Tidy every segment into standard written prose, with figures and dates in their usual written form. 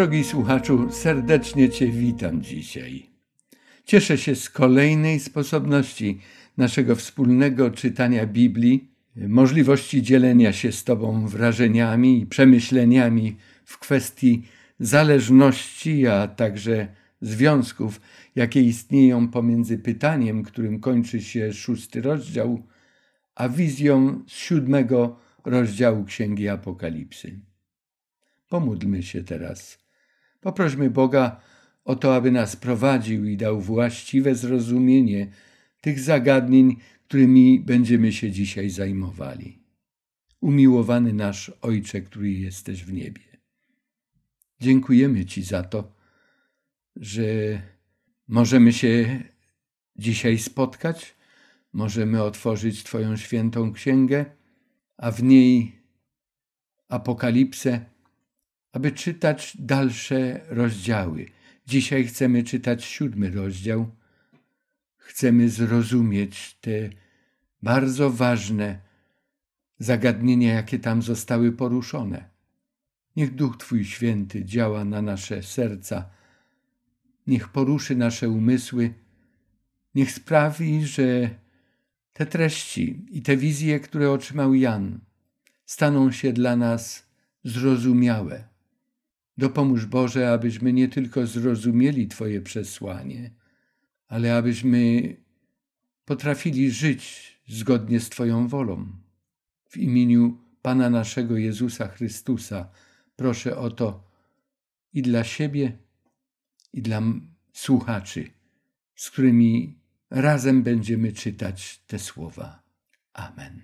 Drogi słuchaczu, serdecznie Cię witam dzisiaj. Cieszę się z kolejnej sposobności naszego wspólnego czytania Biblii, możliwości dzielenia się z Tobą wrażeniami i przemyśleniami w kwestii zależności, a także związków, jakie istnieją pomiędzy pytaniem, którym kończy się 6 rozdział, a wizją z 7 rozdziału Księgi Apokalipsy. Pomódlmy się teraz. Poprośmy Boga o to, aby nas prowadził i dał właściwe zrozumienie tych zagadnień, którymi będziemy się dzisiaj zajmowali. Umiłowany nasz Ojcze, który jesteś w niebie. Dziękujemy Ci za to, że możemy się dzisiaj spotkać, możemy otworzyć Twoją świętą księgę, a w niej Apokalipsę, aby czytać dalsze rozdziały. Dzisiaj chcemy czytać 7 rozdział. Chcemy zrozumieć te bardzo ważne zagadnienia, jakie tam zostały poruszone. Niech Duch Twój Święty działa na nasze serca. Niech poruszy nasze umysły. Niech sprawi, że te treści i te wizje, które otrzymał Jan, staną się dla nas zrozumiałe. Dopomóż Boże, abyśmy nie tylko zrozumieli Twoje przesłanie, ale abyśmy potrafili żyć zgodnie z Twoją wolą. W imieniu Pana naszego Jezusa Chrystusa proszę o to i dla siebie, i dla słuchaczy, z którymi razem będziemy czytać te słowa. Amen.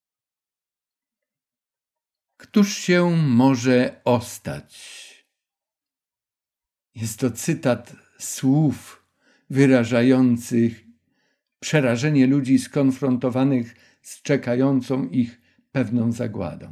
Któż się może ostać? Jest to cytat słów wyrażających przerażenie ludzi skonfrontowanych z czekającą ich pewną zagładą.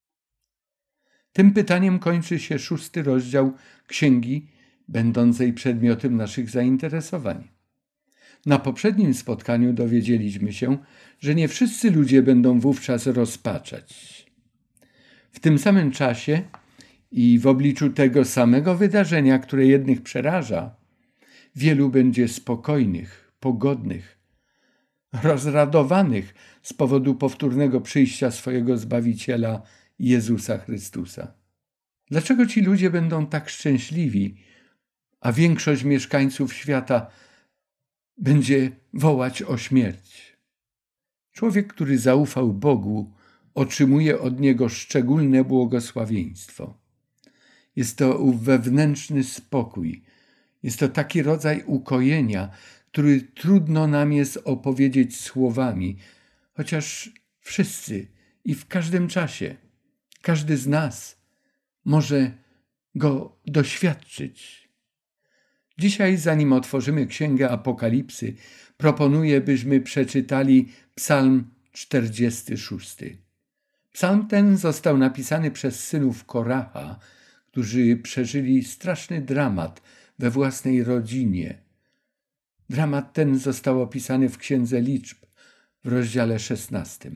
Tym pytaniem kończy się 6 rozdział księgi, będącej przedmiotem naszych zainteresowań. Na poprzednim spotkaniu dowiedzieliśmy się, że nie wszyscy ludzie będą wówczas rozpaczać. W tym samym czasie i w obliczu tego samego wydarzenia, które jednych przeraża, wielu będzie spokojnych, pogodnych, rozradowanych z powodu powtórnego przyjścia swojego Zbawiciela Jezusa Chrystusa. Dlaczego ci ludzie będą tak szczęśliwi, a większość mieszkańców świata będzie wołać o śmierć? Człowiek, który zaufał Bogu, otrzymuje od Niego szczególne błogosławieństwo. Jest to wewnętrzny spokój. Jest to taki rodzaj ukojenia, który trudno nam jest opowiedzieć słowami, chociaż wszyscy i w każdym czasie, każdy z nas może go doświadczyć. Dzisiaj, zanim otworzymy Księgę Apokalipsy, proponuję, byśmy przeczytali Psalm 46. Psalm ten został napisany przez synów Koraha, którzy przeżyli straszny dramat we własnej rodzinie. Dramat ten został opisany w Księdze Liczb w rozdziale 16.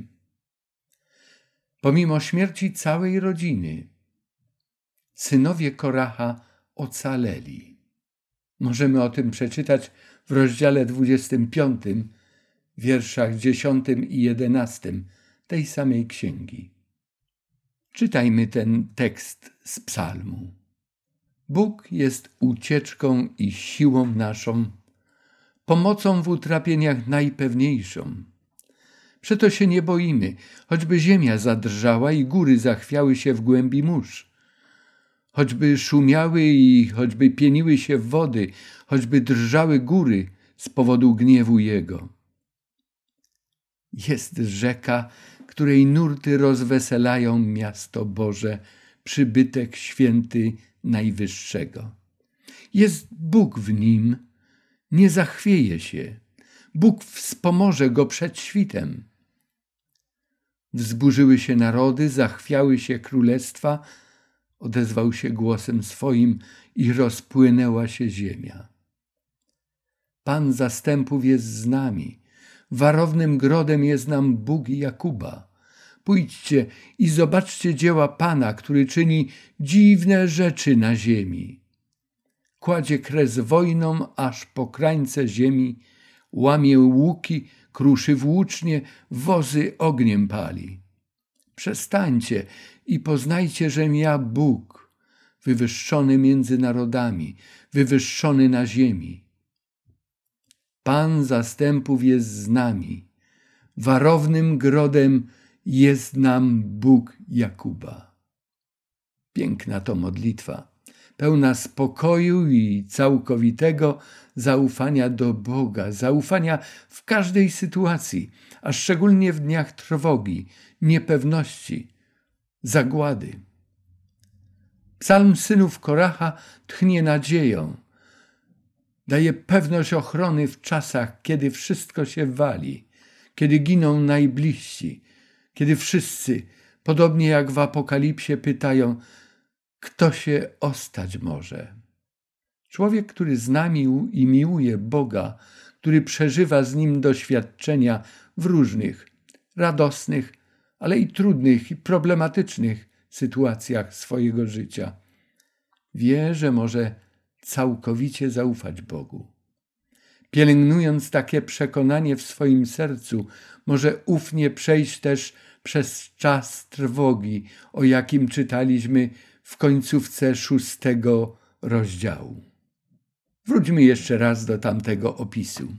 Pomimo śmierci całej rodziny, synowie Koraha ocaleli. Możemy o tym przeczytać w rozdziale 25, wierszach 10 i 11 tej samej księgi. Czytajmy ten tekst z psalmu. Bóg jest ucieczką i siłą naszą, pomocą w utrapieniach najpewniejszą. Przeto się nie boimy, choćby ziemia zadrżała i góry zachwiały się w głębi mórz. Choćby szumiały i choćby pieniły się wody, choćby drżały góry z powodu gniewu Jego. Jest rzeka, której nurty rozweselają miasto Boże, przybytek święty Najwyższego. Jest Bóg w nim, nie zachwieje się. Bóg wspomoże go przed świtem. Wzburzyły się narody, zachwiały się królestwa, odezwał się głosem swoim i rozpłynęła się ziemia. Pan zastępów jest z nami, warownym grodem jest nam Bóg Jakuba. Pójdźcie i zobaczcie dzieła Pana, który czyni dziwne rzeczy na ziemi. Kładzie kres wojnom aż po krańce ziemi, łamie łuki, kruszy włócznie, wozy ogniem pali. Przestańcie i poznajcie, żem ja Bóg, wywyższony między narodami, wywyższony na ziemi. Pan zastępów jest z nami, warownym grodem jest nam Bóg Jakuba. Piękna to modlitwa, pełna spokoju i całkowitego zaufania do Boga, zaufania w każdej sytuacji, a szczególnie w dniach trwogi, niepewności, zagłady. Psalm synów Koracha tchnie nadzieją, daje pewność ochrony w czasach, kiedy wszystko się wali, kiedy giną najbliżsi, kiedy wszyscy, podobnie jak w Apokalipsie, pytają, kto się ostać może. Człowiek, który zna i miłuje Boga, który przeżywa z Nim doświadczenia w różnych, radosnych, ale i trudnych i problematycznych sytuacjach swojego życia, wie, że może całkowicie zaufać Bogu. Pielęgnując takie przekonanie w swoim sercu, może ufnie przejść też przez czas trwogi, o jakim czytaliśmy w końcówce 6 rozdziału. Wróćmy jeszcze raz do tamtego opisu.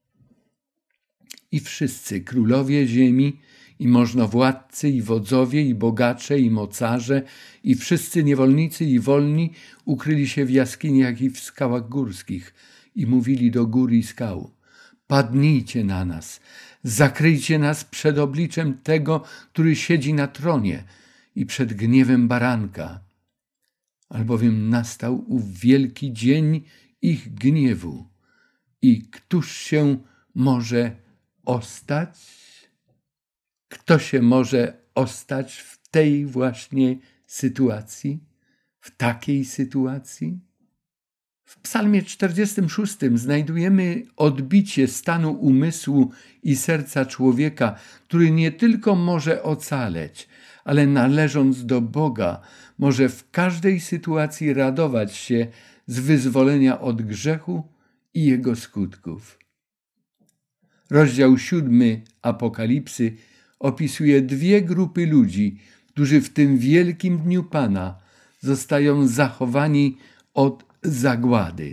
I wszyscy królowie ziemi, i możnowładcy, i wodzowie, i bogacze, i mocarze, i wszyscy niewolnicy i wolni ukryli się w jaskiniach i w skałach górskich i mówili do gór i skał: padnijcie na nas, zakryjcie nas przed obliczem tego, który siedzi na tronie i przed gniewem baranka. Albowiem nastał ów wielki dzień ich gniewu. I któż się może ostać? Kto się może ostać w tej właśnie sytuacji? W takiej sytuacji? W Psalmie 46 znajdujemy odbicie stanu umysłu i serca człowieka, który nie tylko może ocaleć, ale należąc do Boga, może w każdej sytuacji radować się z wyzwolenia od grzechu i jego skutków. Rozdział 7 Apokalipsy opisuje 2 grupy ludzi, którzy w tym wielkim dniu Pana zostają zachowani od zagłady.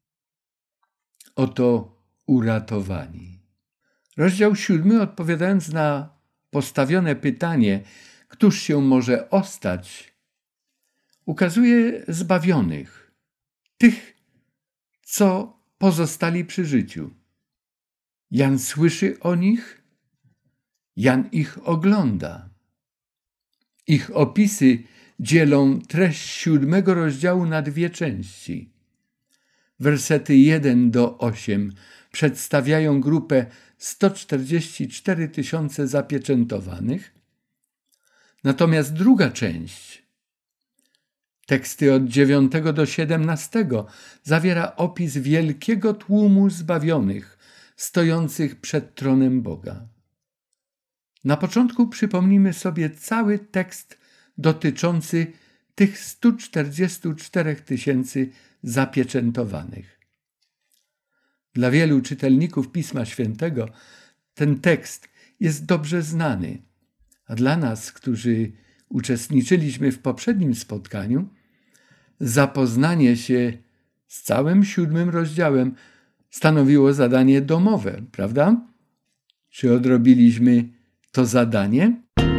Oto uratowani. Rozdział 7, odpowiadając na postawione pytanie, któż się może ostać, ukazuje zbawionych, tych, co pozostali przy życiu. Jan słyszy o nich, Jan ich ogląda. Ich opisy dzielą treść 7 rozdziału na 2 części. Wersety 1 do 8 przedstawiają grupę 144 000 zapieczętowanych, natomiast druga część, teksty od 9 do 17, zawiera opis wielkiego tłumu zbawionych, stojących przed tronem Boga. Na początku przypomnijmy sobie cały tekst dotyczący tych 144 000 zapieczętowanych. Dla wielu czytelników Pisma Świętego ten tekst jest dobrze znany, a dla nas, którzy uczestniczyliśmy w poprzednim spotkaniu, zapoznanie się z całym 7 rozdziałem stanowiło zadanie domowe, prawda? Czy odrobiliśmy to zadanie?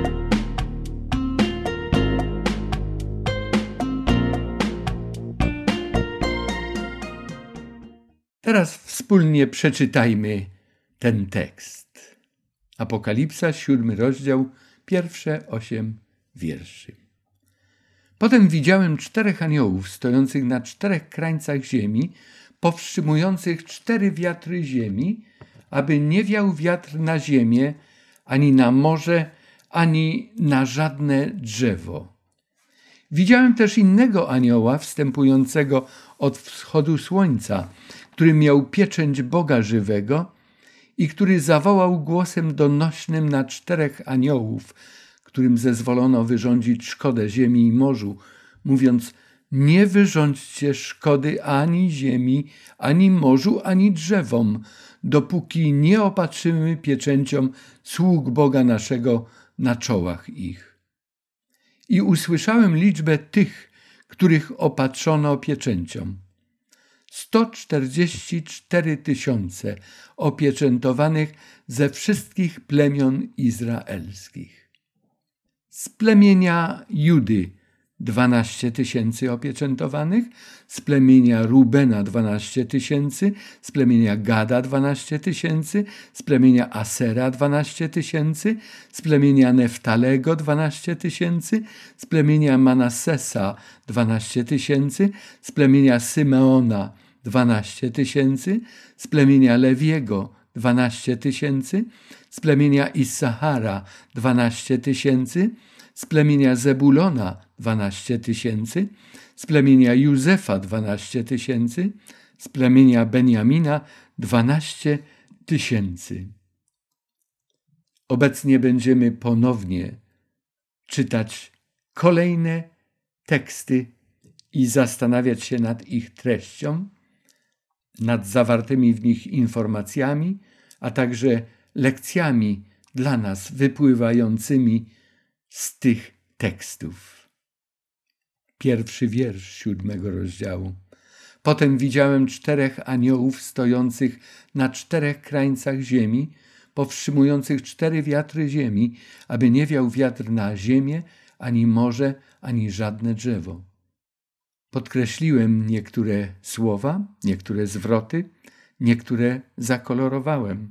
Teraz wspólnie przeczytajmy ten tekst. Apokalipsa, 7 rozdział, pierwsze 8 wierszy. Potem widziałem 4 aniołów stojących na 4 krańcach ziemi, powstrzymujących 4 wiatry ziemi, aby nie wiał wiatr na ziemię, ani na morze, ani na żadne drzewo. Widziałem też innego anioła wstępującego od wschodu słońca, który miał pieczęć Boga żywego i który zawołał głosem donośnym na 4 aniołów, którym zezwolono wyrządzić szkodę ziemi i morzu, mówiąc: nie wyrządźcie szkody ani ziemi, ani morzu, ani drzewom, dopóki nie opatrzymy pieczęcią sług Boga naszego na czołach ich. I usłyszałem liczbę tych, których opatrzono pieczęcią. 144 000 opieczętowanych ze wszystkich plemion izraelskich. Z plemienia Judy 12 000 opieczętowanych, z plemienia Rubena 12 000, z plemienia Gada 12 000, z plemienia Asera 12 000, z plemienia Neftalego 12 000, z plemienia Manassesa 12 000, z plemienia Symeona 12 000, z plemienia Lewiego 12 000, z plemienia Issachara 12 000, z plemienia Zebulona 12 000, z plemienia Józefa 12 000, z plemienia Benjamina 12 000. Obecnie będziemy ponownie czytać kolejne teksty i zastanawiać się nad ich treścią, nad zawartymi w nich informacjami, a także lekcjami dla nas wypływającymi z tych tekstów. Pierwszy wiersz 7 rozdziału. Potem widziałem 4 aniołów stojących na 4 krańcach ziemi, powstrzymujących 4 wiatry ziemi, aby nie wiał wiatr na ziemię, ani morze, ani żadne drzewo. Podkreśliłem niektóre słowa, niektóre zwroty, niektóre zakolorowałem.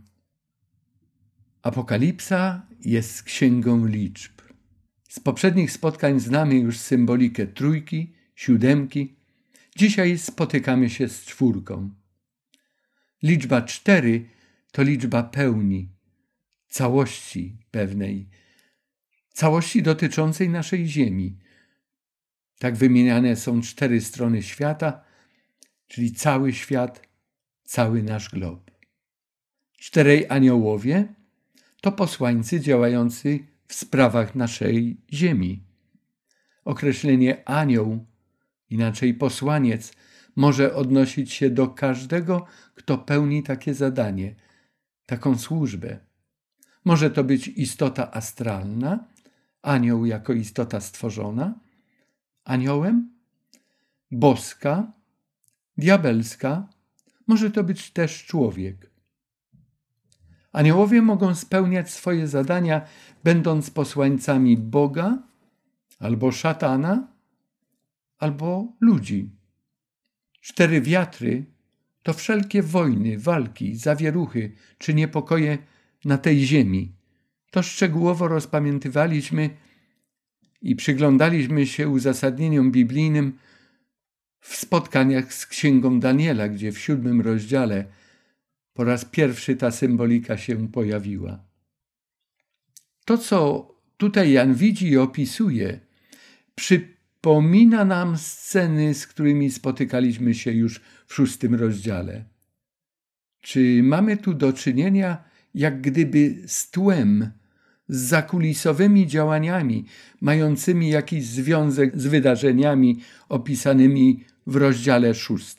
Apokalipsa jest księgą liczb. Z poprzednich spotkań znamy już symbolikę 3, 7. Dzisiaj spotykamy się z 4. Liczba 4 to liczba pełni, całości pewnej, całości dotyczącej naszej ziemi. Tak wymieniane są 4 strony świata, czyli cały świat, cały nasz glob. 4 aniołowie to posłańcy działający w sprawach naszej ziemi. Określenie anioł, inaczej posłaniec, może odnosić się do każdego, kto pełni takie zadanie, taką służbę. Może to być istota astralna, anioł jako istota stworzona, aniołem, boska, diabelska, może to być też człowiek. Aniołowie mogą spełniać swoje zadania, będąc posłańcami Boga, albo szatana, albo ludzi. 4 wiatry to wszelkie wojny, walki, zawieruchy czy niepokoje na tej ziemi. To szczegółowo rozpamiętywaliśmy i przyglądaliśmy się uzasadnieniom biblijnym w spotkaniach z Księgą Daniela, gdzie w 7 rozdziale po raz pierwszy ta symbolika się pojawiła. To, co tutaj Jan widzi i opisuje, przypomina nam sceny, z którymi spotykaliśmy się już w 6 rozdziale. Czy mamy tu do czynienia jak gdyby z tłem, z zakulisowymi działaniami, mającymi jakiś związek z wydarzeniami opisanymi w rozdziale 6?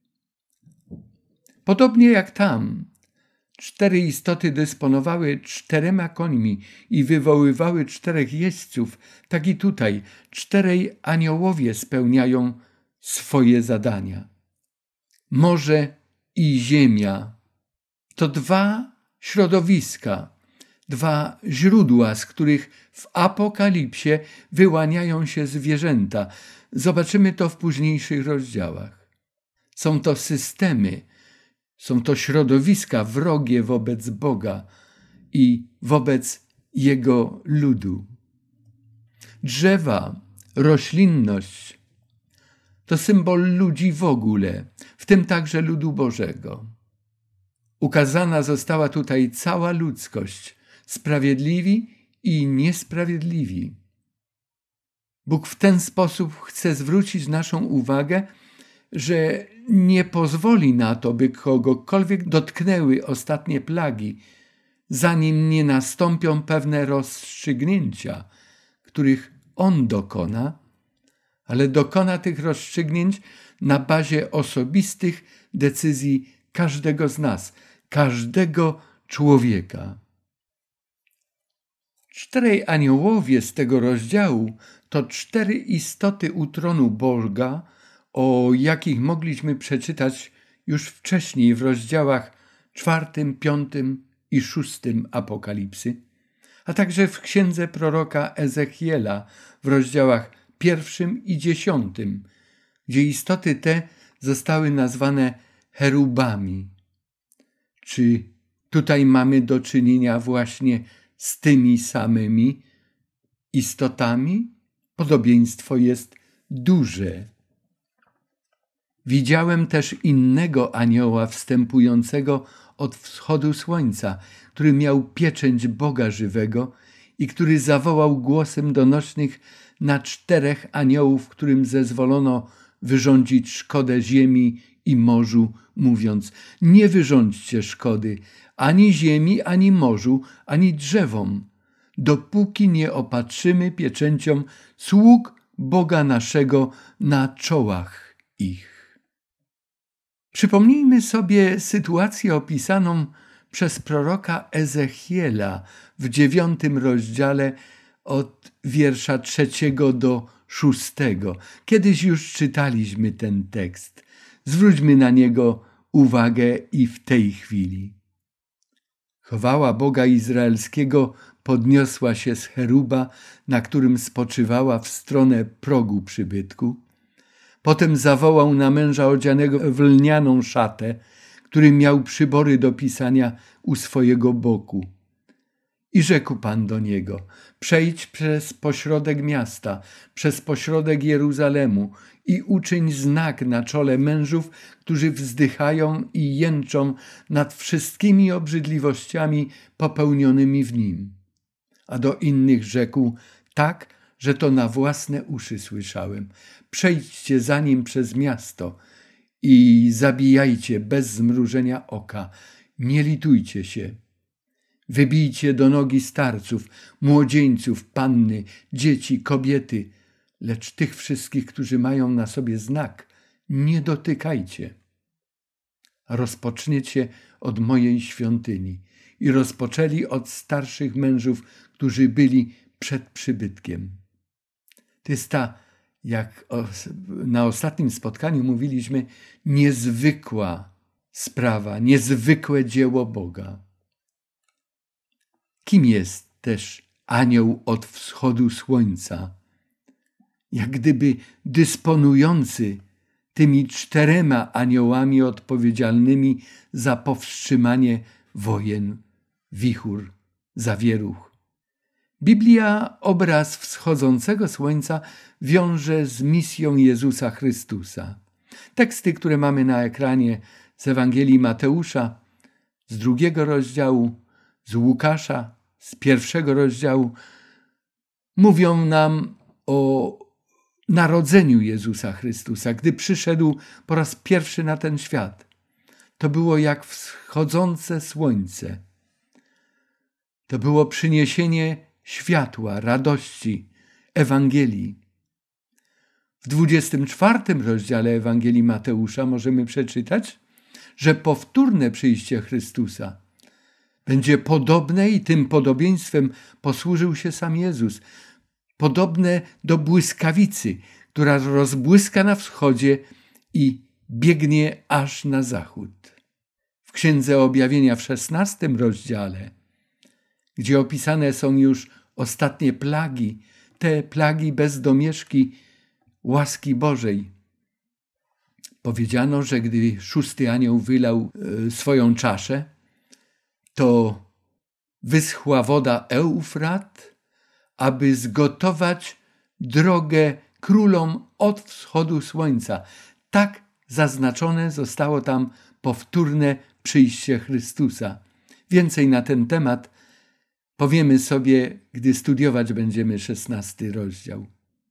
Podobnie jak tam 4 istoty dysponowały 4 końmi i wywoływały 4 jeźdźców, tak i tutaj 4 aniołowie spełniają swoje zadania. Morze i ziemia to 2 środowiska, 2 źródła, z których w Apokalipsie wyłaniają się zwierzęta. Zobaczymy to w późniejszych rozdziałach. Są to systemy, są to środowiska wrogie wobec Boga i wobec Jego ludu. Drzewa, roślinność to symbol ludzi w ogóle, w tym także ludu Bożego. Ukazana została tutaj cała ludzkość, sprawiedliwi i niesprawiedliwi. Bóg w ten sposób chce zwrócić naszą uwagę, że nie pozwoli na to, by kogokolwiek dotknęły ostatnie plagi, zanim nie nastąpią pewne rozstrzygnięcia, których On dokona, ale dokona tych rozstrzygnięć na bazie osobistych decyzji każdego z nas, każdego człowieka. 4 aniołowie z tego rozdziału to 4 istoty u tronu Boga, o jakich mogliśmy przeczytać już wcześniej w rozdziałach 4, 5 i 6 Apokalipsy, a także w księdze proroka Ezechiela w rozdziałach 1 i 10, gdzie istoty te zostały nazwane cherubami. Czy tutaj mamy do czynienia właśnie z tymi samymi istotami? Podobieństwo jest duże. Widziałem też innego anioła wstępującego od wschodu słońca, który miał pieczęć Boga żywego i który zawołał głosem donośnych na 4 aniołów, którym zezwolono wyrządzić szkodę ziemi i morzu, mówiąc: nie wyrządźcie szkody ani ziemi, ani morzu, ani drzewom, dopóki nie opatrzymy pieczęcią sług Boga naszego na czołach ich. Przypomnijmy sobie sytuację opisaną przez proroka Ezechiela w 9 rozdziale od wiersza 3 do 6. Kiedyś już czytaliśmy ten tekst. Zwróćmy na niego uwagę i w tej chwili. Chwała Boga Izraelskiego podniosła się z cheruba, na którym spoczywała w stronę progu przybytku. Potem zawołał na męża odzianego w lnianą szatę, który miał przybory do pisania u swojego boku. I rzekł Pan do niego: przejdź przez pośrodek miasta, przez pośrodek Jeruzalemu i uczyń znak na czole mężów, którzy wzdychają i jęczą nad wszystkimi obrzydliwościami popełnionymi w nim. A do innych rzekł: tak, że to na własne uszy słyszałem. Przejdźcie za nim przez miasto i zabijajcie bez zmrużenia oka. Nie litujcie się. Wybijcie do nogi starców, młodzieńców, panny, dzieci, kobiety, lecz tych wszystkich, którzy mają na sobie znak, nie dotykajcie. Rozpoczniecie od mojej świątyni. I rozpoczęli od starszych mężów, którzy byli przed przybytkiem. To jest ta, jak na ostatnim spotkaniu mówiliśmy, niezwykła sprawa, niezwykłe dzieło Boga. Kim jest też anioł od wschodu słońca? Jak gdyby dysponujący tymi 4 aniołami odpowiedzialnymi za powstrzymanie wojen, wichur, zawieruch. Biblia obraz wschodzącego słońca wiąże z misją Jezusa Chrystusa. Teksty, które mamy na ekranie z Ewangelii Mateusza, z 2 rozdziału, z Łukasza, z 1 rozdziału, mówią nam o narodzeniu Jezusa Chrystusa, gdy przyszedł po raz pierwszy na ten świat. To było jak wschodzące słońce. To było przyniesienie światła, radości, Ewangelii. W 24 rozdziale Ewangelii Mateusza możemy przeczytać, że powtórne przyjście Chrystusa będzie podobne i tym podobieństwem posłużył się sam Jezus. Podobne do błyskawicy, która rozbłyska na wschodzie i biegnie aż na zachód. W Księdze Objawienia w 16 rozdziale, gdzie opisane są już ostatnie plagi, te plagi bez domieszki łaski Bożej, powiedziano, że gdy 6 anioł wylał swoją czaszę, to wyschła woda Eufrat, aby zgotować drogę królom od wschodu słońca. Tak zaznaczone zostało tam powtórne przyjście Chrystusa. Więcej na ten temat powiemy sobie, gdy studiować będziemy 16 rozdział.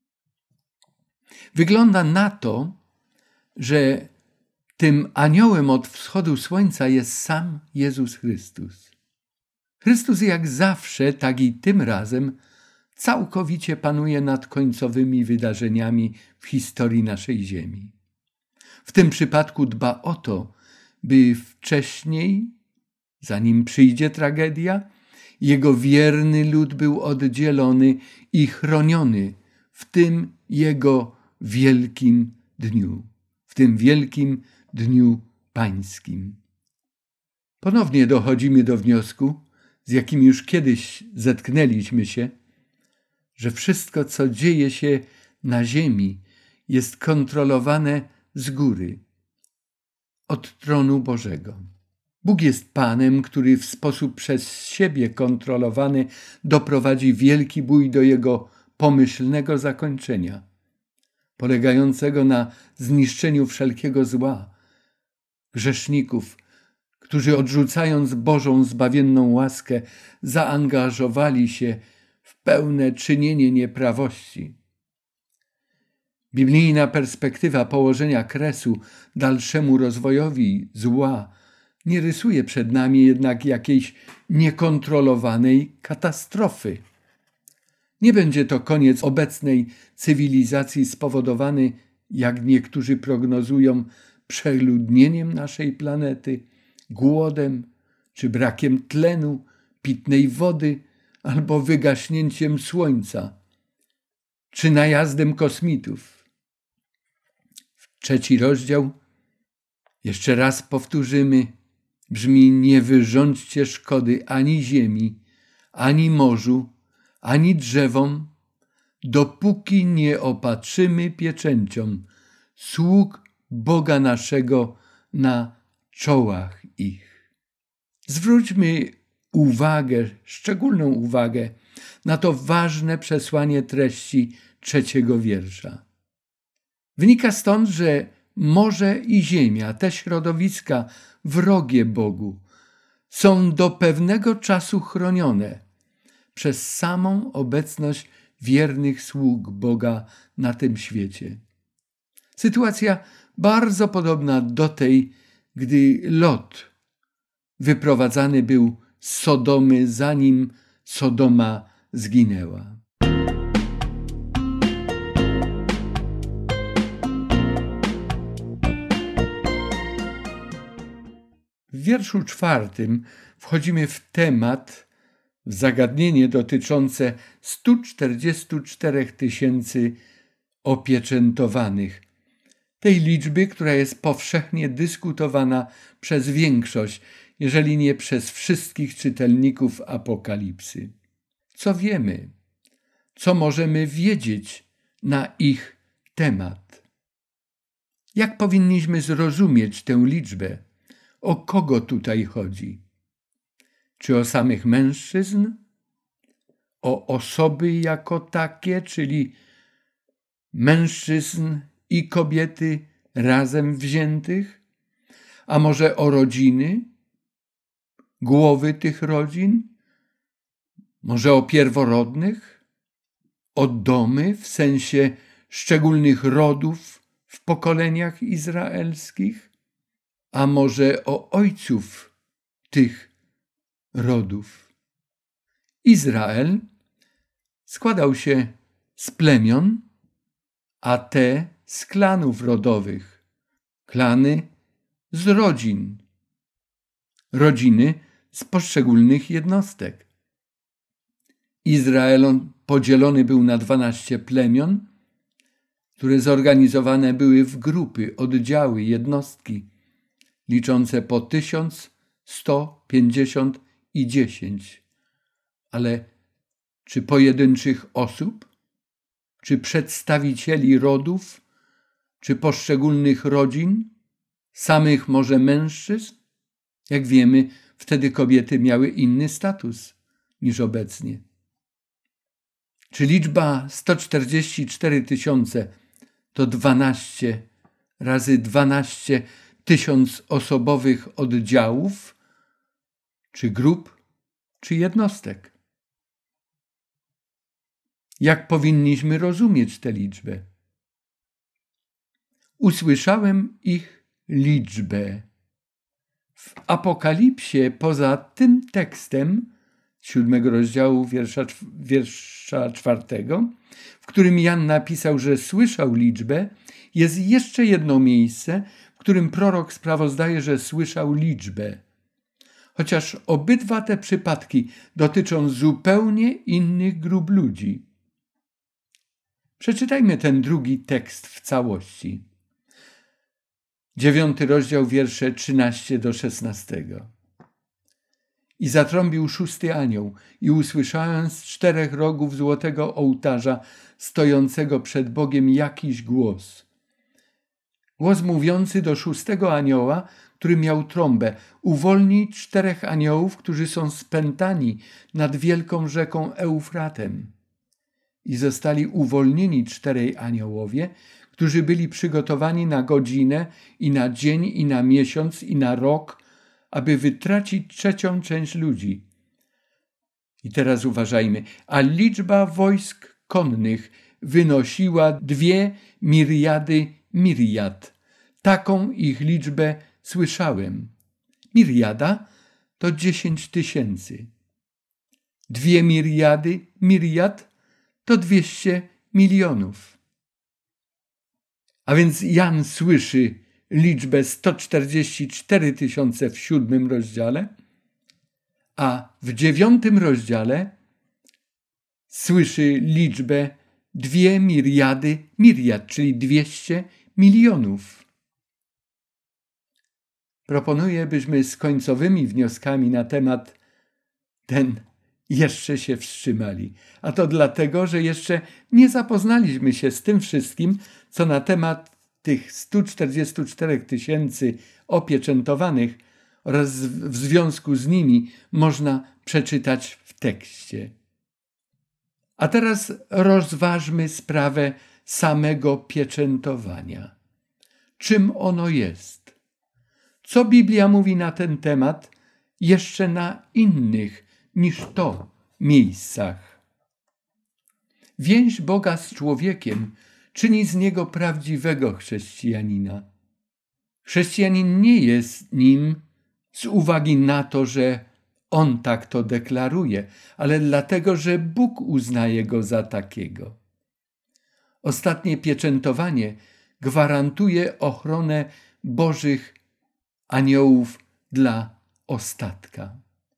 Wygląda na to, że tym aniołem od wschodu słońca jest sam Jezus Chrystus. Chrystus jak zawsze, tak i tym razem, całkowicie panuje nad końcowymi wydarzeniami w historii naszej ziemi. W tym przypadku dba o to, by wcześniej, zanim przyjdzie tragedia, jego wierny lud był oddzielony i chroniony w tym jego wielkim dniu, w tym wielkim dniu pańskim. Ponownie dochodzimy do wniosku, z jakim już kiedyś zetknęliśmy się, że wszystko, co dzieje się na ziemi, jest kontrolowane z góry, od tronu Bożego. Bóg jest Panem, który w sposób przez siebie kontrolowany doprowadzi wielki bój do jego pomyślnego zakończenia, polegającego na zniszczeniu wszelkiego zła, grzeszników, którzy odrzucając Bożą zbawienną łaskę, zaangażowali się w pełne czynienie nieprawości. Biblijna perspektywa położenia kresu dalszemu rozwojowi zła nie rysuje przed nami jednak jakiejś niekontrolowanej katastrofy. Nie będzie to koniec obecnej cywilizacji spowodowany, jak niektórzy prognozują, przeludnieniem naszej planety, głodem czy brakiem tlenu, pitnej wody albo wygaśnięciem słońca, czy najazdem kosmitów. Trzeci rozdział, jeszcze raz powtórzymy, brzmi: nie wyrządźcie szkody ani ziemi, ani morzu, ani drzewom, dopóki nie opatrzymy pieczęcią sług Boga naszego na czołach ich. Zwróćmy uwagę, szczególną uwagę na to ważne przesłanie treści 3 wiersza. Wynika stąd, że morze i ziemia, te środowiska wrogie Bogu, są do pewnego czasu chronione przez samą obecność wiernych sług Boga na tym świecie. Sytuacja bardzo podobna do tej, gdy Lot wyprowadzany był z Sodomy, zanim Sodoma zginęła. W wierszu 4 wchodzimy w temat, w zagadnienie dotyczące 144 000 opieczętowanych. Tej liczby, która jest powszechnie dyskutowana przez większość, jeżeli nie przez wszystkich czytelników Apokalipsy. Co wiemy? Co możemy wiedzieć na ich temat? Jak powinniśmy zrozumieć tę liczbę? O kogo tutaj chodzi? Czy o samych mężczyzn? O osoby jako takie, czyli mężczyzn i kobiety razem wziętych? A może o rodziny? Głowy tych rodzin? Może o pierworodnych? O domy w sensie szczególnych rodów w pokoleniach izraelskich? A może o ojców tych rodów? Izrael składał się z plemion, a te z klanów rodowych, klany z rodzin, rodziny z poszczególnych jednostek. Izrael podzielony był na 12 plemion, które zorganizowane były w grupy, oddziały, jednostki, liczące po 1000, 100, 50 i 10. Ale czy pojedynczych osób, czy przedstawicieli rodów, czy poszczególnych rodzin, samych może mężczyzn? Jak wiemy, wtedy kobiety miały inny status niż obecnie. Czy liczba 144 000 to 12 razy 12 1000-osobowych oddziałów, czy grup, czy jednostek? Jak powinniśmy rozumieć tę liczbę? Usłyszałem ich liczbę. W Apokalipsie poza tym tekstem 7 rozdziału wiersza 4, w którym Jan napisał, że słyszał liczbę, jest jeszcze jedno miejsce, w którym prorok sprawozdaje, że słyszał liczbę. Chociaż obydwa te przypadki dotyczą zupełnie innych grup ludzi. Przeczytajmy ten drugi tekst w całości. 9 rozdział, wiersze 13 do 16. I zatrąbił 6 anioł i usłyszałem z 4 rogów złotego ołtarza stojącego przed Bogiem jakiś głos. Głos mówiący do 6 anioła, który miał trąbę: uwolnij 4 aniołów, którzy są spętani nad wielką rzeką Eufratem. I zostali uwolnieni 4 aniołowie, którzy byli przygotowani na godzinę i na dzień i na miesiąc i na rok, aby wytracić 3. część ludzi. I teraz uważajmy. A liczba wojsk konnych wynosiła 2 miriady miriad. Taką ich liczbę słyszałem. Miriada to 10 000. 2 miriady miriad to 200 milionów. A więc Jan słyszy liczbę 144 000 w 7 rozdziale, a w 9 rozdziale słyszy liczbę 2 miriady miriad, czyli 200 milionów. Proponuję, byśmy z końcowymi wnioskami na temat ten jeszcze się wstrzymali. A to dlatego, że jeszcze nie zapoznaliśmy się z tym wszystkim, co na temat tych 144 000 opieczętowanych oraz w związku z nimi można przeczytać w tekście. A teraz rozważmy sprawę samego pieczętowania. Czym ono jest? Co Biblia mówi na ten temat jeszcze na innych niż to miejscach? Więź Boga z człowiekiem czyni z niego prawdziwego chrześcijanina. Chrześcijanin nie jest nim z uwagi na to, że on tak to deklaruje, ale dlatego, że Bóg uznaje go za takiego. Ostatnie pieczętowanie gwarantuje ochronę Bożych aniołów dla ostatka.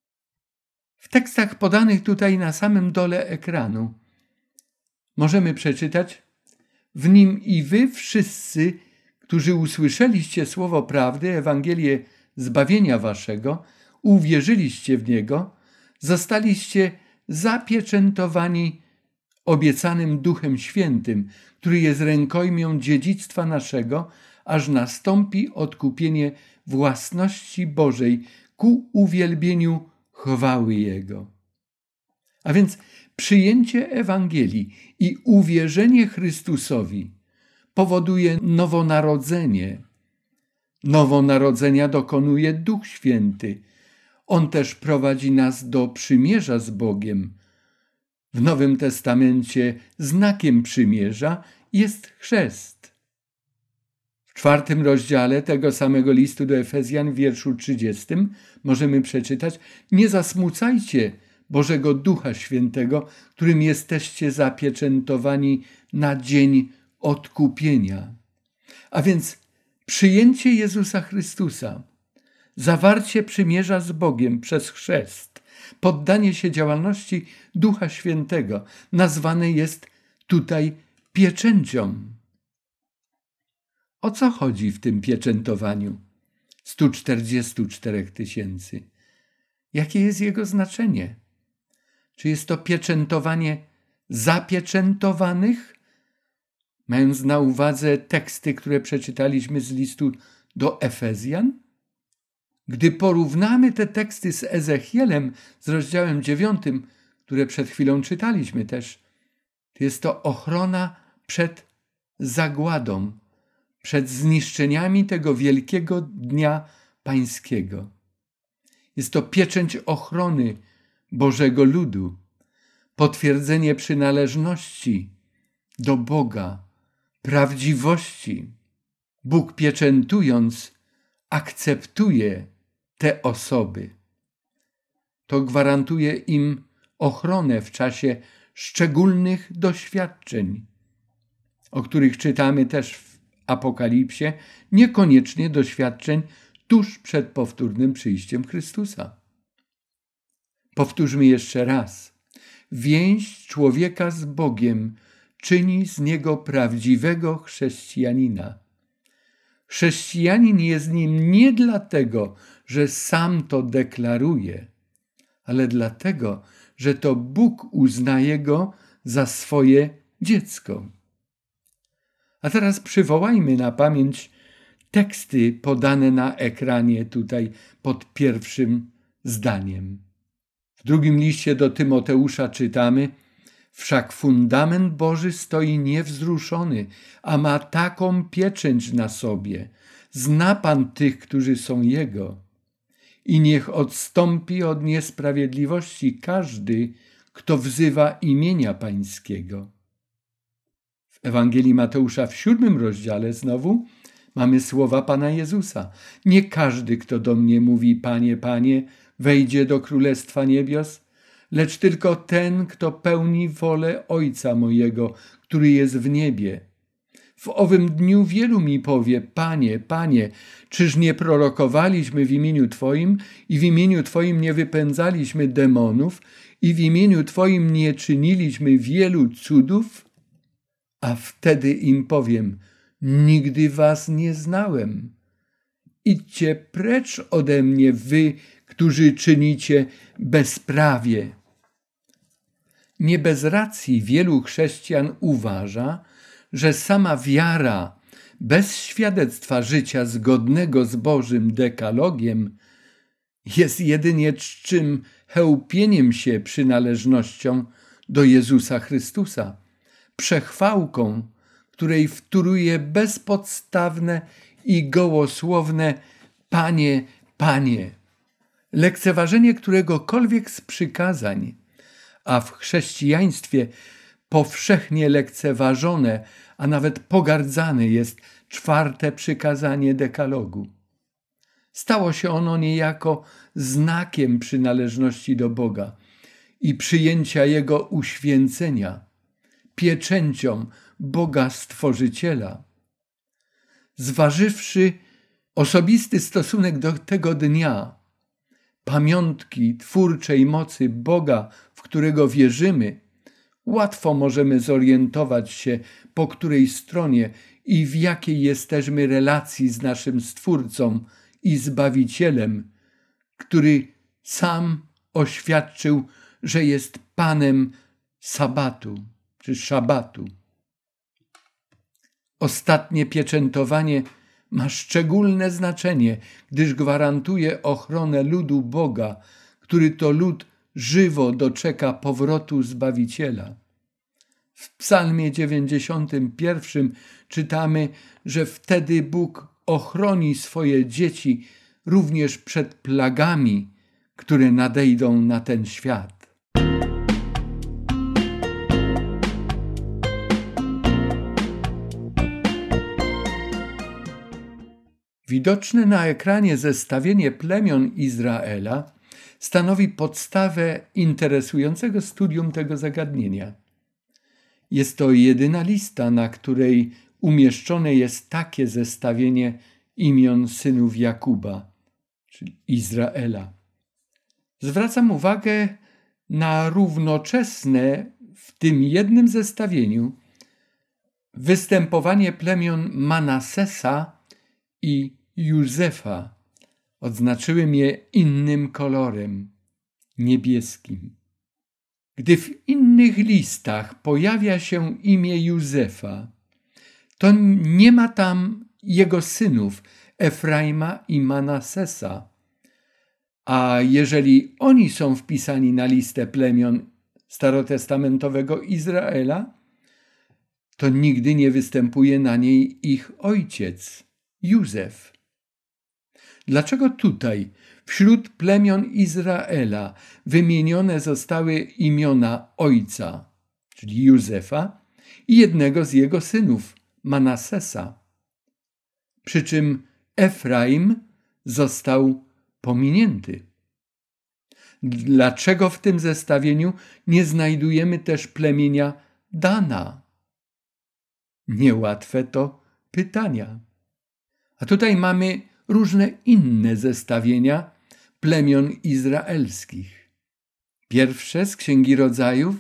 W tekstach podanych tutaj na samym dole ekranu możemy przeczytać: w nim i wy wszyscy, którzy usłyszeliście słowo prawdy, Ewangelię zbawienia waszego, uwierzyliście w niego, zostaliście zapieczętowani obiecanym Duchem Świętym, który jest rękojmią dziedzictwa naszego, aż nastąpi odkupienie własności Bożej ku uwielbieniu chwały Jego. A więc przyjęcie Ewangelii i uwierzenie Chrystusowi powoduje nowonarodzenie. Nowonarodzenia dokonuje Duch Święty. On też prowadzi nas do przymierza z Bogiem. W Nowym Testamencie znakiem przymierza jest chrzest. W 4 rozdziale tego samego listu do Efezjan w wierszu 30 możemy przeczytać: nie zasmucajcie Bożego Ducha Świętego, którym jesteście zapieczętowani na dzień odkupienia. A więc przyjęcie Jezusa Chrystusa, zawarcie przymierza z Bogiem przez chrzest, poddanie się działalności Ducha Świętego nazwane jest tutaj pieczęcią. O co chodzi w tym pieczętowaniu 144 000? Jakie jest jego znaczenie? Czy jest to pieczętowanie zapieczętowanych? Mając na uwadze teksty, które przeczytaliśmy z listu do Efezjan? Gdy porównamy te teksty z Ezechielem, z rozdziałem 9, które przed chwilą czytaliśmy też, to jest to ochrona przed zagładą, przed zniszczeniami tego wielkiego dnia pańskiego. Jest to pieczęć ochrony Bożego ludu, potwierdzenie przynależności do Boga, prawdziwości. Bóg pieczętując akceptuje te osoby. to gwarantuje im ochronę w czasie szczególnych doświadczeń, o których czytamy też w Apokalipsie, niekoniecznie doświadczeń tuż przed powtórnym przyjściem Chrystusa. Powtórzmy jeszcze raz. Więź człowieka z Bogiem czyni z niego prawdziwego chrześcijanina. Chrześcijanin jest nim nie dlatego, że sam to deklaruje, ale dlatego, że to Bóg uznaje go za swoje dziecko. A teraz przywołajmy na pamięć teksty podane na ekranie tutaj pod pierwszym zdaniem. W drugim liście do Tymoteusza czytamy: wszak fundament Boży stoi niewzruszony, a ma taką pieczęć na sobie. Zna Pan tych, którzy są Jego. I niech odstąpi od niesprawiedliwości każdy, kto wzywa imienia Pańskiego. W Ewangelii Mateusza w 7 rozdziale znowu mamy słowa Pana Jezusa. Nie każdy, kto do mnie mówi: Panie, Panie, wejdzie do Królestwa Niebios, lecz tylko ten, kto pełni wolę Ojca mojego, który jest w niebie. W owym dniu wielu mi powie: Panie, Panie, czyż nie prorokowaliśmy w imieniu Twoim i w imieniu Twoim nie wypędzaliśmy demonów i w imieniu Twoim nie czyniliśmy wielu cudów? A wtedy im powiem: nigdy was nie znałem. Idźcie precz ode mnie, wy, którzy czynicie bezprawie. Nie bez racji wielu chrześcijan uważa, że sama wiara bez świadectwa życia zgodnego z Bożym dekalogiem jest jedynie czczym chełpieniem się przynależnością do Jezusa Chrystusa, przechwałką, której wtóruje bezpodstawne i gołosłowne Panie, Panie, lekceważenie któregokolwiek z przykazań, a w chrześcijaństwie powszechnie lekceważone, a nawet pogardzane jest 4. przykazanie dekalogu. Stało się ono niejako znakiem przynależności do Boga i przyjęcia Jego uświęcenia, pieczęcią Boga Stworzyciela. Zważywszy osobisty stosunek do tego dnia, pamiątki twórczej mocy Boga, w którego wierzymy, łatwo możemy zorientować się, po której stronie i w jakiej jesteśmy relacji z naszym Stwórcą i Zbawicielem, który sam oświadczył, że jest Panem sabatu czy szabatu. Ostatnie pieczętowanie ma szczególne znaczenie, gdyż gwarantuje ochronę ludu Boga, który to lud żywo doczeka powrotu Zbawiciela. W Psalmie 91 czytamy, że wtedy Bóg ochroni swoje dzieci również przed plagami, które nadejdą na ten świat. Widoczne na ekranie zestawienie plemion Izraela stanowi podstawę interesującego studium tego zagadnienia. Jest to jedyna lista, na której umieszczone jest takie zestawienie imion synów Jakuba, czyli Izraela. Zwracam uwagę na równoczesne w tym jednym zestawieniu występowanie plemion Manasesa i Józefa. Odznaczyłem je innym kolorem, niebieskim. Gdy w innych listach pojawia się imię Józefa, to nie ma tam jego synów Efraima i Manasesa. A jeżeli oni są wpisani na listę plemion starotestamentowego Izraela, to nigdy nie występuje na niej ich ojciec, Józef. Dlaczego tutaj, wśród plemion Izraela, wymienione zostały imiona ojca, czyli Józefa, i jednego z jego synów, Manasesa? Przy czym Efraim został pominięty. Dlaczego w tym zestawieniu nie znajdujemy też plemienia Dana? Niełatwe to pytania. A tutaj mamy różne inne zestawienia plemion izraelskich. Pierwsze z Księgi Rodzajów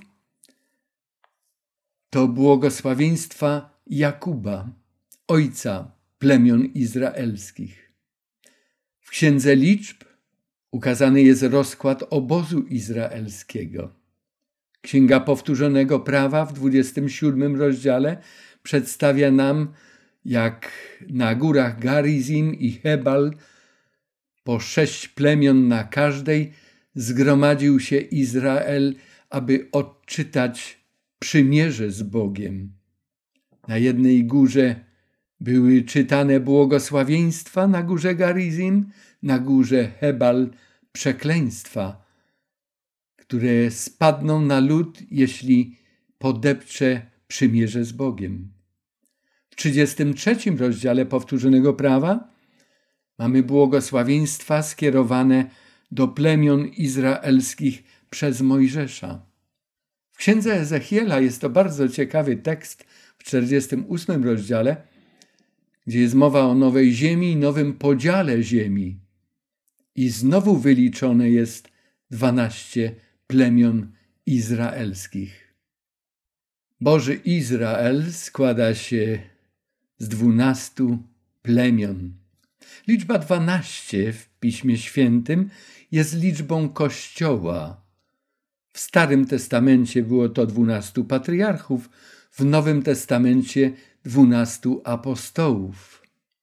to błogosławieństwa Jakuba, ojca plemion izraelskich. W Księdze Liczb ukazany jest rozkład obozu izraelskiego. Księga Powtórzonego Prawa w 27 rozdziale przedstawia nam, jak na górach Garizim i Hebal po 6 plemion na każdej zgromadził się Izrael, aby odczytać przymierze z Bogiem. Na jednej górze były czytane błogosławieństwa, na górze Garizim, na górze Hebal przekleństwa, które spadną na lud, jeśli podepcze przymierze z Bogiem. W 33 rozdziale Powtórzonego Prawa mamy błogosławieństwa skierowane do plemion izraelskich przez Mojżesza. W Księdze Ezechiela jest to bardzo ciekawy tekst w 48 rozdziale, gdzie jest mowa o nowej ziemi i nowym podziale ziemi. I znowu wyliczone jest 12 plemion izraelskich. Boży Izrael składa się z 12 plemion. Liczba 12 w Piśmie Świętym jest liczbą Kościoła. W Starym Testamencie było to 12 patriarchów, w Nowym Testamencie 12 apostołów.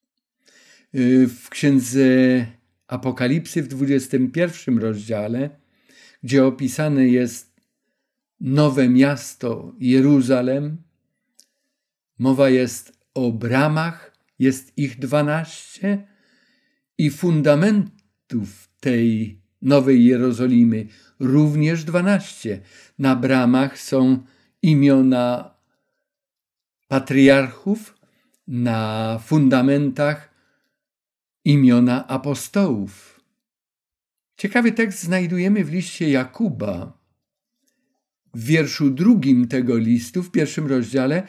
W Księdze Apokalipsy w 21 rozdziale, gdzie opisane jest nowe miasto Jeruzalem, mowa jest o bramach, jest ich 12 i fundamentów tej nowej Jerozolimy również 12. Na bramach są imiona patriarchów, na fundamentach imiona apostołów. Ciekawy tekst znajdujemy w liście Jakuba. W wierszu 2 tego listu, w 1 rozdziale,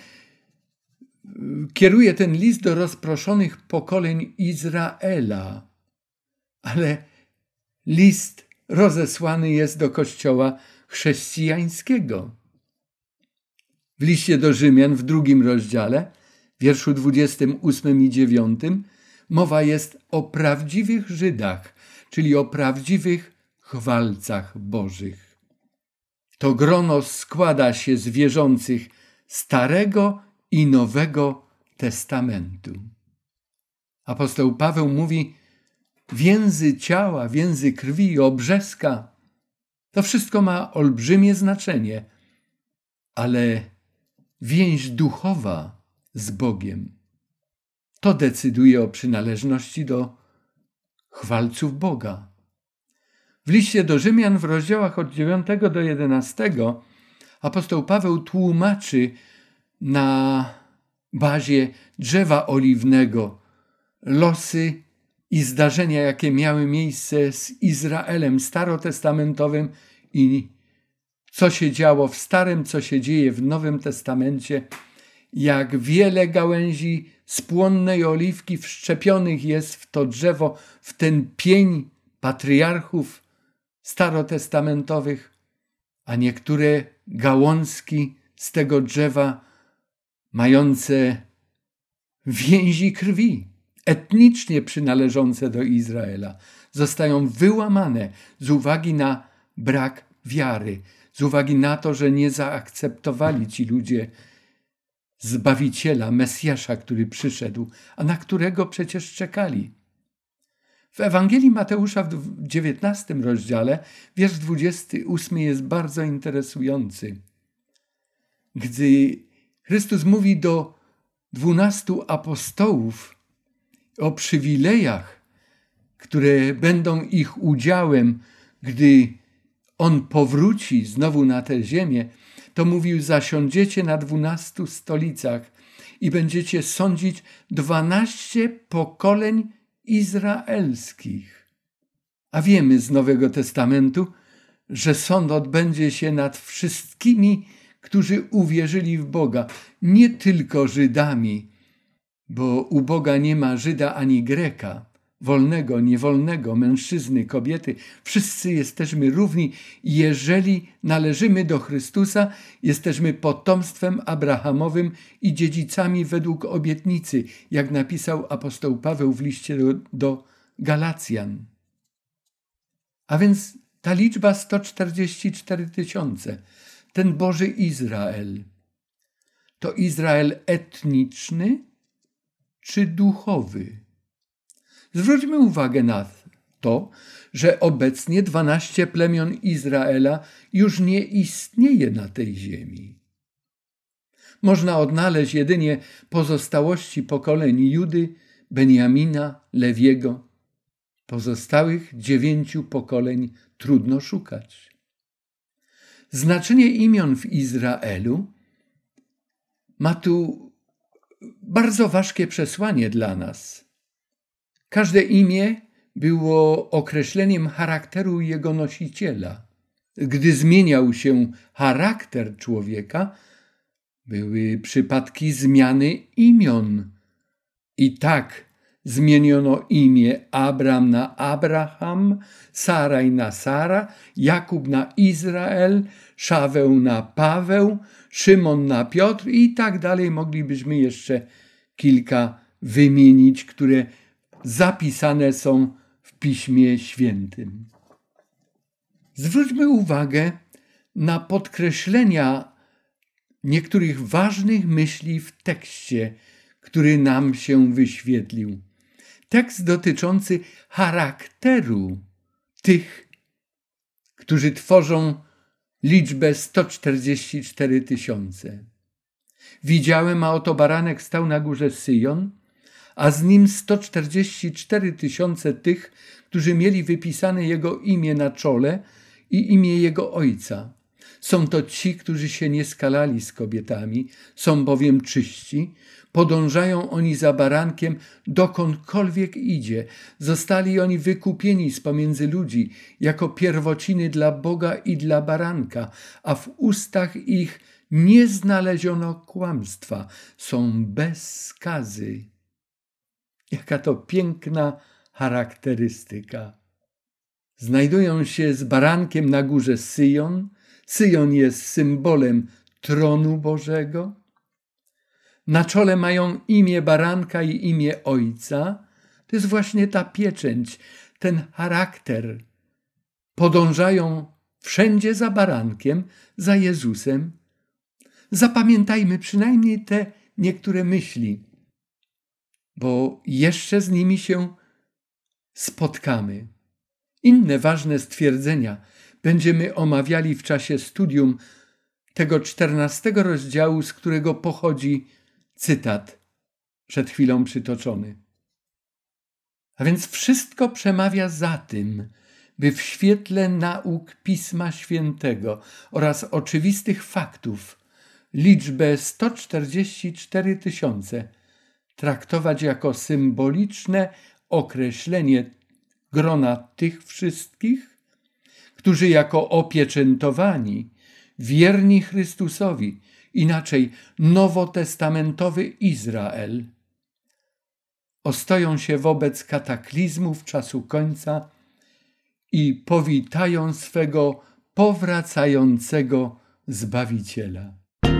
kieruje ten list do rozproszonych pokoleń Izraela, ale list rozesłany jest do Kościoła chrześcijańskiego. W liście do Rzymian w 2 rozdziale, w wierszu 28 i 9, mowa jest o prawdziwych Żydach, czyli o prawdziwych chwalcach Bożych. To grono składa się z wierzących Starego i Nowego Testamentu. Apostoł Paweł mówi: więzy ciała, więzy krwi, obrzeska. To wszystko ma olbrzymie znaczenie, ale więź duchowa z Bogiem to decyduje o przynależności do chwalców Boga. W liście do Rzymian w rozdziałach od 9 do 11 apostoł Paweł tłumaczy na bazie drzewa oliwnego losy i zdarzenia, jakie miały miejsce z Izraelem starotestamentowym i co się działo w Starym, co się dzieje w Nowym Testamencie, jak wiele gałęzi z płonnej oliwki wszczepionych jest w to drzewo, w ten pień patriarchów starotestamentowych, a niektóre gałązki z tego drzewa mające więzi krwi, etnicznie przynależące do Izraela, zostają wyłamane z uwagi na brak wiary, z uwagi na to, że nie zaakceptowali ci ludzie Zbawiciela, Mesjasza, który przyszedł, a na którego przecież czekali. W Ewangelii Mateusza w 19 rozdziale wiersz 28 jest bardzo interesujący. Gdy Chrystus mówi do 12 apostołów o przywilejach, które będą ich udziałem, gdy On powróci znowu na tę ziemię, to mówił: zasiądziecie na 12 stolicach i będziecie sądzić 12 pokoleń izraelskich. A wiemy z Nowego Testamentu, że sąd odbędzie się nad wszystkimi, którzy uwierzyli w Boga, nie tylko Żydami, bo u Boga nie ma Żyda ani Greka, wolnego, niewolnego, mężczyzny, kobiety. Wszyscy jesteśmy równi. Jeżeli należymy do Chrystusa, jesteśmy potomstwem Abrahamowym i dziedzicami według obietnicy, jak napisał apostoł Paweł w liście do Galacjan. A więc ta liczba 144 000, ten Boży Izrael, to Izrael etniczny czy duchowy? Zwróćmy uwagę na to, że obecnie 12 plemion Izraela już nie istnieje na tej ziemi. Można odnaleźć jedynie pozostałości pokoleń Judy, Benjamina, Lewiego. Pozostałych 9 pokoleń trudno szukać. Znaczenie imion w Izraelu ma tu bardzo ważkie przesłanie dla nas. Każde imię było określeniem charakteru jego nosiciela. Gdy zmieniał się charakter człowieka, były przypadki zmiany imion. I tak zmieniono imię Abram na Abraham, Saraj na Sara, Jakub na Izrael, Szaweł na Paweł, Szymon na Piotr i tak dalej. Moglibyśmy jeszcze kilka wymienić, które zapisane są w Piśmie Świętym. Zwróćmy uwagę na podkreślenia niektórych ważnych myśli w tekście, który nam się wyświetlił. Tekst dotyczący charakteru tych, którzy tworzą liczbę 144 000. Widziałem, a oto baranek stał na górze Syjon, a z nim 144 000 tych, którzy mieli wypisane jego imię na czole i imię jego ojca. Są to ci, którzy się nie skalali z kobietami, są bowiem czyści, podążają oni za barankiem, dokądkolwiek idzie. Zostali oni wykupieni z pomiędzy ludzi, jako pierwociny dla Boga i dla baranka, a w ustach ich nie znaleziono kłamstwa, są bez skazy. Jaka to piękna charakterystyka. Znajdują się z barankiem na górze Syjon. Syjon jest symbolem tronu Bożego. Na czole mają imię baranka i imię ojca. To jest właśnie ta pieczęć, ten charakter. Podążają wszędzie za barankiem, za Jezusem. Zapamiętajmy przynajmniej te niektóre myśli, bo jeszcze z nimi się spotkamy. Inne ważne stwierdzenia będziemy omawiali w czasie studium tego 14 rozdziału, z którego pochodzi cytat przed chwilą przytoczony. A więc wszystko przemawia za tym, by w świetle nauk Pisma Świętego oraz oczywistych faktów liczbę 144 000 traktować jako symboliczne określenie grona tych wszystkich, którzy jako opieczętowani, wierni Chrystusowi, inaczej nowotestamentowy Izrael, ostoją się wobec kataklizmów czasu końca i powitają swego powracającego Zbawiciela.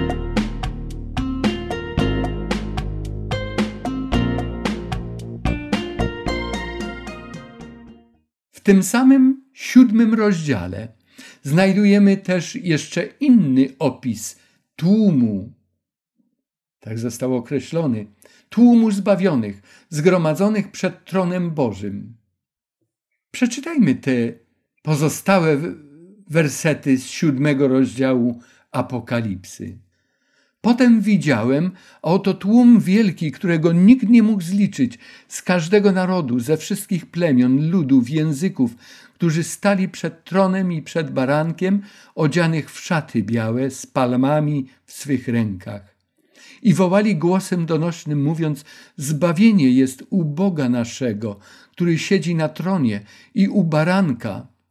W tym samym 7 rozdziale znajdujemy też jeszcze inny opis tłumu, tak został określony, tłumu zbawionych, zgromadzonych przed tronem Bożym. Przeczytajmy te pozostałe wersety z 7 rozdziału Apokalipsy. Potem widziałem, a oto tłum wielki, którego nikt nie mógł zliczyć, z każdego narodu, ze wszystkich plemion, ludów, języków, którzy stali przed tronem i przed barankiem, odzianych w szaty białe, z palmami w swych rękach. I wołali głosem donośnym, mówiąc: zbawienie jest u Boga naszego, który siedzi na tronie, i u baranka.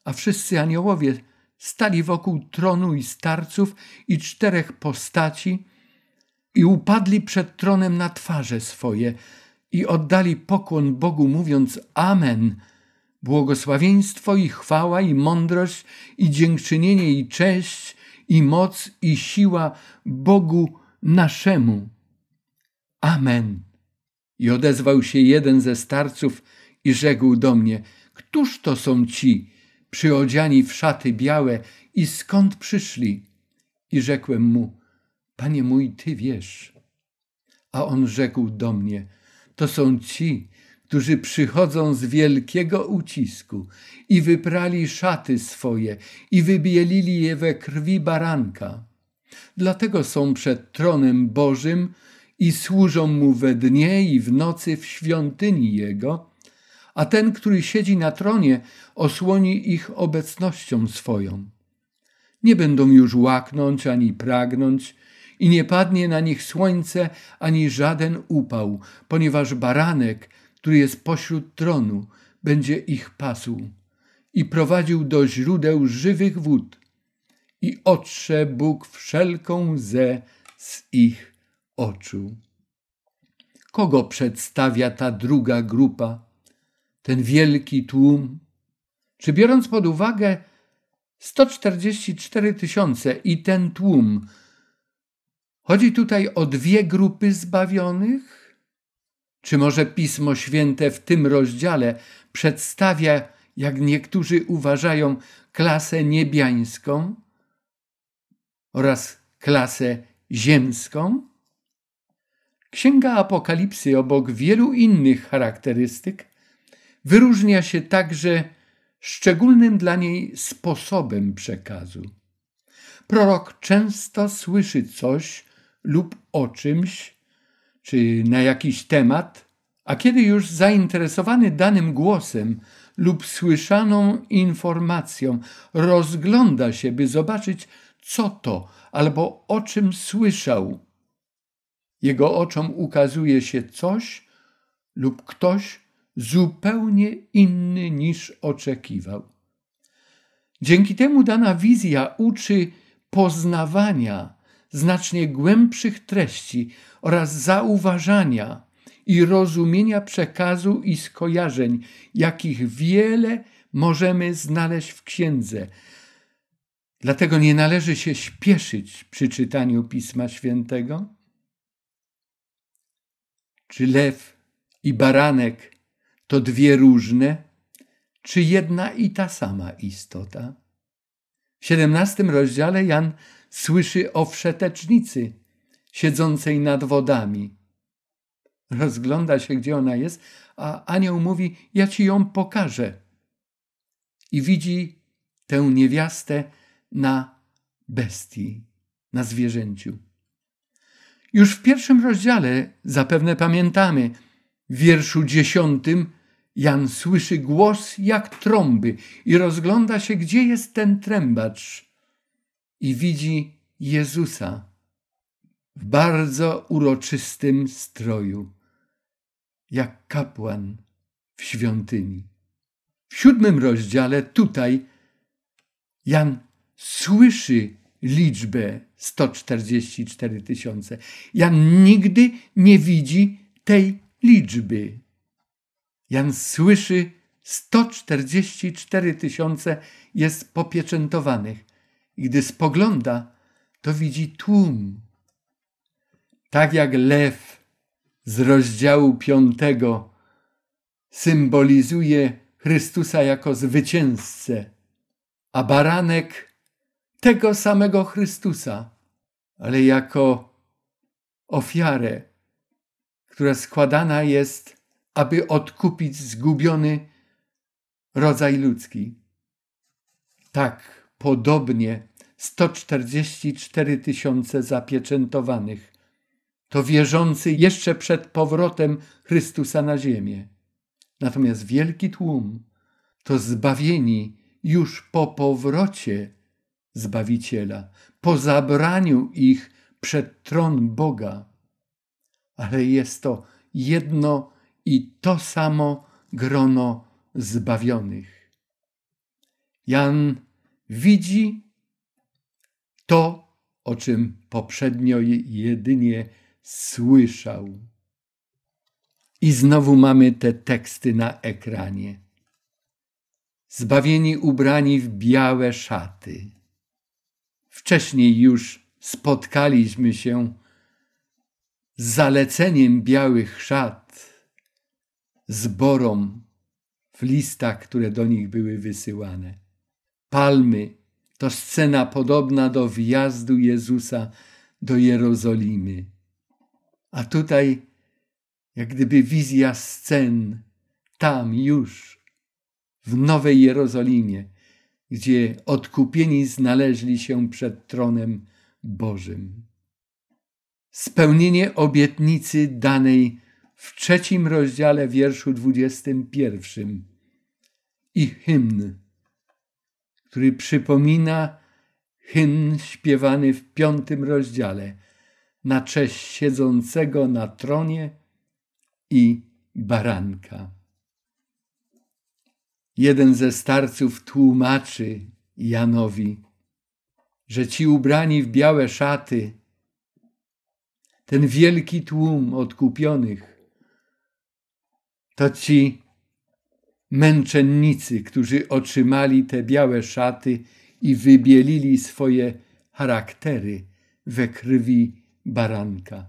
a wszyscy aniołowie stali wokół tronu i starców i 4 postaci i upadli przed tronem na twarze swoje i oddali pokłon Bogu, mówiąc Amen. Błogosławieństwo i chwała i mądrość i dziękczynienie i cześć i moc i siła Bogu naszemu. Amen. I odezwał się jeden ze starców i rzekł do mnie: Któż to są ci, przyodziani w szaty białe i skąd przyszli? I rzekłem mu: Panie mój, Ty wiesz. A on rzekł do mnie: To są ci, którzy przychodzą z wielkiego ucisku i wyprali szaty swoje i wybielili je we krwi baranka. Dlatego są przed tronem Bożym i służą Mu we dnie i w nocy w świątyni Jego, a ten, który siedzi na tronie, osłoni ich obecnością swoją. Nie będą już łaknąć ani pragnąć i nie padnie na nich słońce ani żaden upał, ponieważ baranek, który jest pośród tronu, będzie ich pasł i prowadził do źródeł żywych wód i otrze Bóg wszelką łzę z ich oczu. Kogo przedstawia ta druga grupa, ten wielki tłum? Czy biorąc pod uwagę 144 000 i ten tłum, chodzi tutaj o 2 grupy zbawionych? Czy może Pismo Święte w tym rozdziale przedstawia, jak niektórzy uważają, klasę niebiańską oraz klasę ziemską? Księga Apokalipsy obok wielu innych charakterystyk wyróżnia się także szczególnym dla niej sposobem przekazu. Prorok często słyszy coś lub o czymś, czy na jakiś temat, a kiedy już zainteresowany danym głosem lub słyszaną informacją rozgląda się, by zobaczyć, co to albo o czym słyszał, jego oczom ukazuje się coś lub ktoś zupełnie inny niż oczekiwał. Dzięki temu dana wizja uczy poznawania znacznie głębszych treści oraz zauważania i rozumienia przekazu i skojarzeń, jakich wiele możemy znaleźć w księdze. Dlatego nie należy się śpieszyć przy czytaniu Pisma Świętego. Czy lew i baranek to 2 różne, czy jedna i ta sama istota? W 17 rozdziale Jan słyszy o wszetecznicy siedzącej nad wodami. Rozgląda się, gdzie ona jest, a anioł mówi: ja ci ją pokażę. I widzi tę niewiastę na bestii, na zwierzęciu. Już w 1 rozdziale, zapewne pamiętamy, w wierszu 10 Jan słyszy głos jak trąby i rozgląda się, gdzie jest ten trębacz. I widzi Jezusa w bardzo uroczystym stroju, jak kapłan w świątyni. W 7 rozdziale tutaj Jan słyszy liczbę 144 000. Jan nigdy nie widzi tej liczby. Jan słyszy 144 000 jest popieczętowanych. I gdy spogląda, to widzi tłum. Tak jak lew z rozdziału 5 symbolizuje Chrystusa jako zwycięzcę, a baranek tego samego Chrystusa, ale jako ofiarę, która składana jest, aby odkupić zgubiony rodzaj ludzki. Tak podobnie 144 000 zapieczętowanych to wierzący jeszcze przed powrotem Chrystusa na ziemię. Natomiast wielki tłum to zbawieni już po powrocie Zbawiciela, po zabraniu ich przed tron Boga. Ale jest to jedno i to samo grono zbawionych. Jan widzi to, o czym poprzednio jedynie słyszał. I znowu mamy te teksty na ekranie. Zbawieni ubrani w białe szaty. Wcześniej już spotkaliśmy się z zaleceniem białych szat zborom w listach, które do nich były wysyłane. Palmy to scena podobna do wjazdu Jezusa do Jerozolimy. A tutaj jak gdyby wizja scen tam już, w Nowej Jerozolimie, gdzie odkupieni znaleźli się przed tronem Bożym. Spełnienie obietnicy danej w 3 rozdziale, wierszu 21 i hymn, który przypomina hymn śpiewany w 5 rozdziale na cześć siedzącego na tronie i baranka. Jeden ze starców tłumaczy Janowi, że ci ubrani w białe szaty, ten wielki tłum odkupionych, to ci męczennicy, którzy otrzymali te białe szaty i wybielili swoje charaktery we krwi baranka.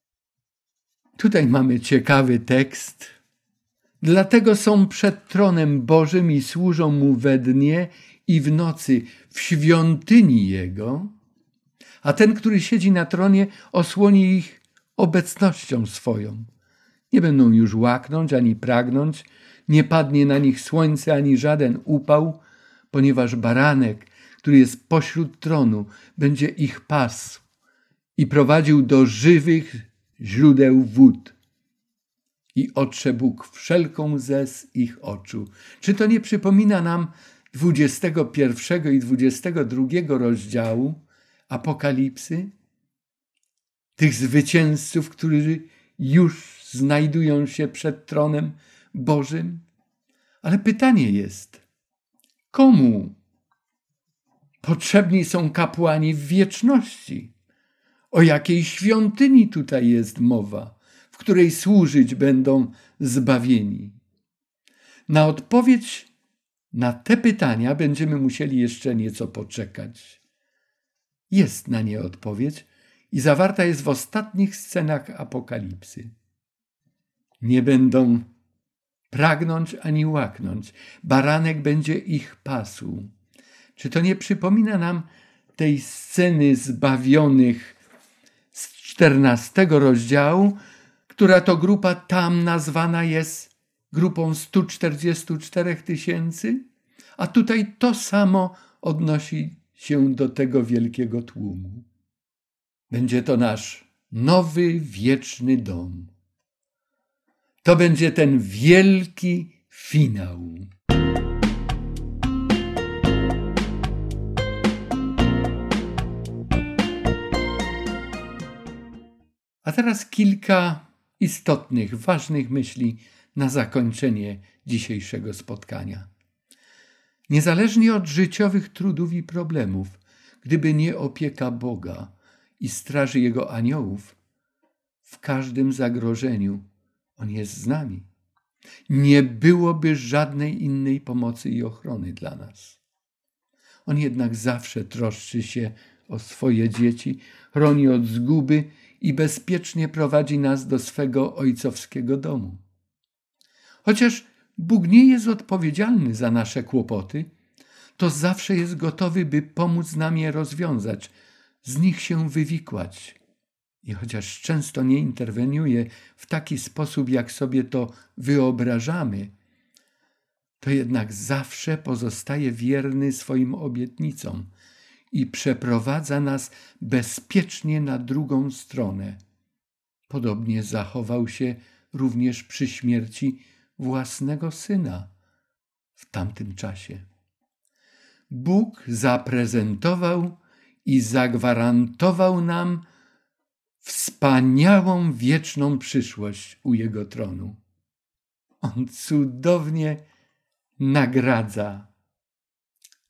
Tutaj mamy ciekawy tekst. Dlatego są przed tronem Bożym i służą Mu we dnie i w nocy w świątyni Jego, a ten, który siedzi na tronie, osłoni ich obecnością swoją. Nie będą już łaknąć ani pragnąć, nie padnie na nich słońce ani żaden upał, ponieważ baranek, który jest pośród tronu, będzie ich pasł i prowadził do żywych źródeł wód i otrze Bóg wszelką łzę z ich oczu. Czy to nie przypomina nam 21 i 22 rozdziału Apokalipsy? Tych zwycięzców, którzy już znajdują się przed tronem Bożym? Ale pytanie jest, komu potrzebni są kapłani w wieczności? O jakiej świątyni tutaj jest mowa, w której służyć będą zbawieni? Na odpowiedź na te pytania będziemy musieli jeszcze nieco poczekać. Jest na nie odpowiedź i zawarta jest w ostatnich scenach Apokalipsy. Nie będą pragnąć ani łaknąć. Baranek będzie ich pasł. Czy to nie przypomina nam tej sceny zbawionych z 14 rozdziału, która to grupa tam nazwana jest grupą 144 000? A tutaj to samo odnosi się do tego wielkiego tłumu. Będzie to nasz nowy, wieczny dom. To będzie ten wielki finał. A teraz kilka istotnych, ważnych myśli na zakończenie dzisiejszego spotkania. Niezależnie od życiowych trudów i problemów, gdyby nie opieka Boga i straży Jego aniołów, w każdym zagrożeniu On jest z nami. Nie byłoby żadnej innej pomocy i ochrony dla nas. On jednak zawsze troszczy się o swoje dzieci, chroni od zguby i bezpiecznie prowadzi nas do swego ojcowskiego domu. Chociaż Bóg nie jest odpowiedzialny za nasze kłopoty, to zawsze jest gotowy, by pomóc nam je rozwiązać, z nich się wywikłać. I chociaż często nie interweniuje w taki sposób, jak sobie to wyobrażamy, to jednak zawsze pozostaje wierny swoim obietnicom i przeprowadza nas bezpiecznie na drugą stronę. Podobnie zachował się również przy śmierci własnego syna w tamtym czasie. Bóg zaprezentował i zagwarantował nam wspaniałą wieczną przyszłość u Jego tronu. On cudownie nagradza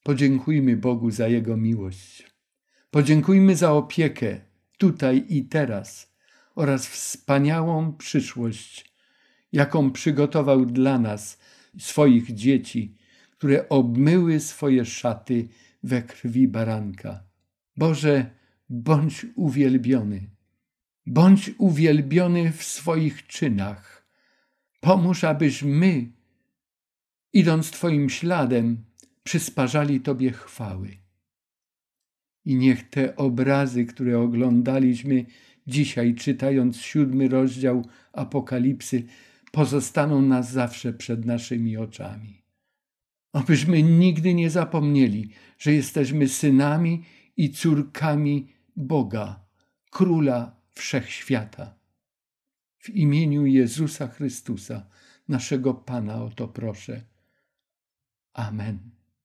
Podziękujmy Bogu za Jego miłość. Podziękujmy za opiekę tutaj i teraz oraz wspaniałą przyszłość, jaką przygotował dla nas, swoich dzieci, które obmyły swoje szaty we krwi baranka. Boże, bądź uwielbiony. Bądź uwielbiony w swoich czynach. Pomóż, abyś my, idąc Twoim śladem, przysparzali Tobie chwały. I niech te obrazy, które oglądaliśmy dzisiaj, czytając 7 rozdział Apokalipsy, pozostaną nas zawsze przed naszymi oczami. Abyśmy nigdy nie zapomnieli, że jesteśmy synami i córkami Boga, Króla Wszechświata. W imieniu Jezusa Chrystusa, naszego Pana, o to proszę. Amen.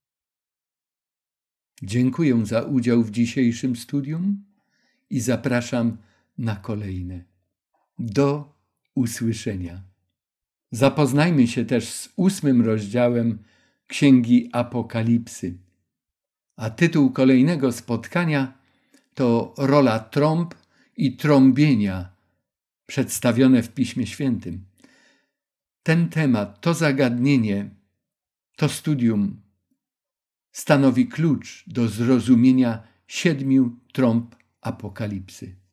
Dziękuję za udział w dzisiejszym studium i zapraszam na kolejne. Do usłyszenia. Zapoznajmy się też z 8 rozdziałem Księgi Apokalipsy. A tytuł kolejnego spotkania to rola trąb i trąbienia przedstawione w Piśmie Świętym. Ten temat, to zagadnienie, to studium stanowi klucz do zrozumienia 7 trąb Apokalipsy.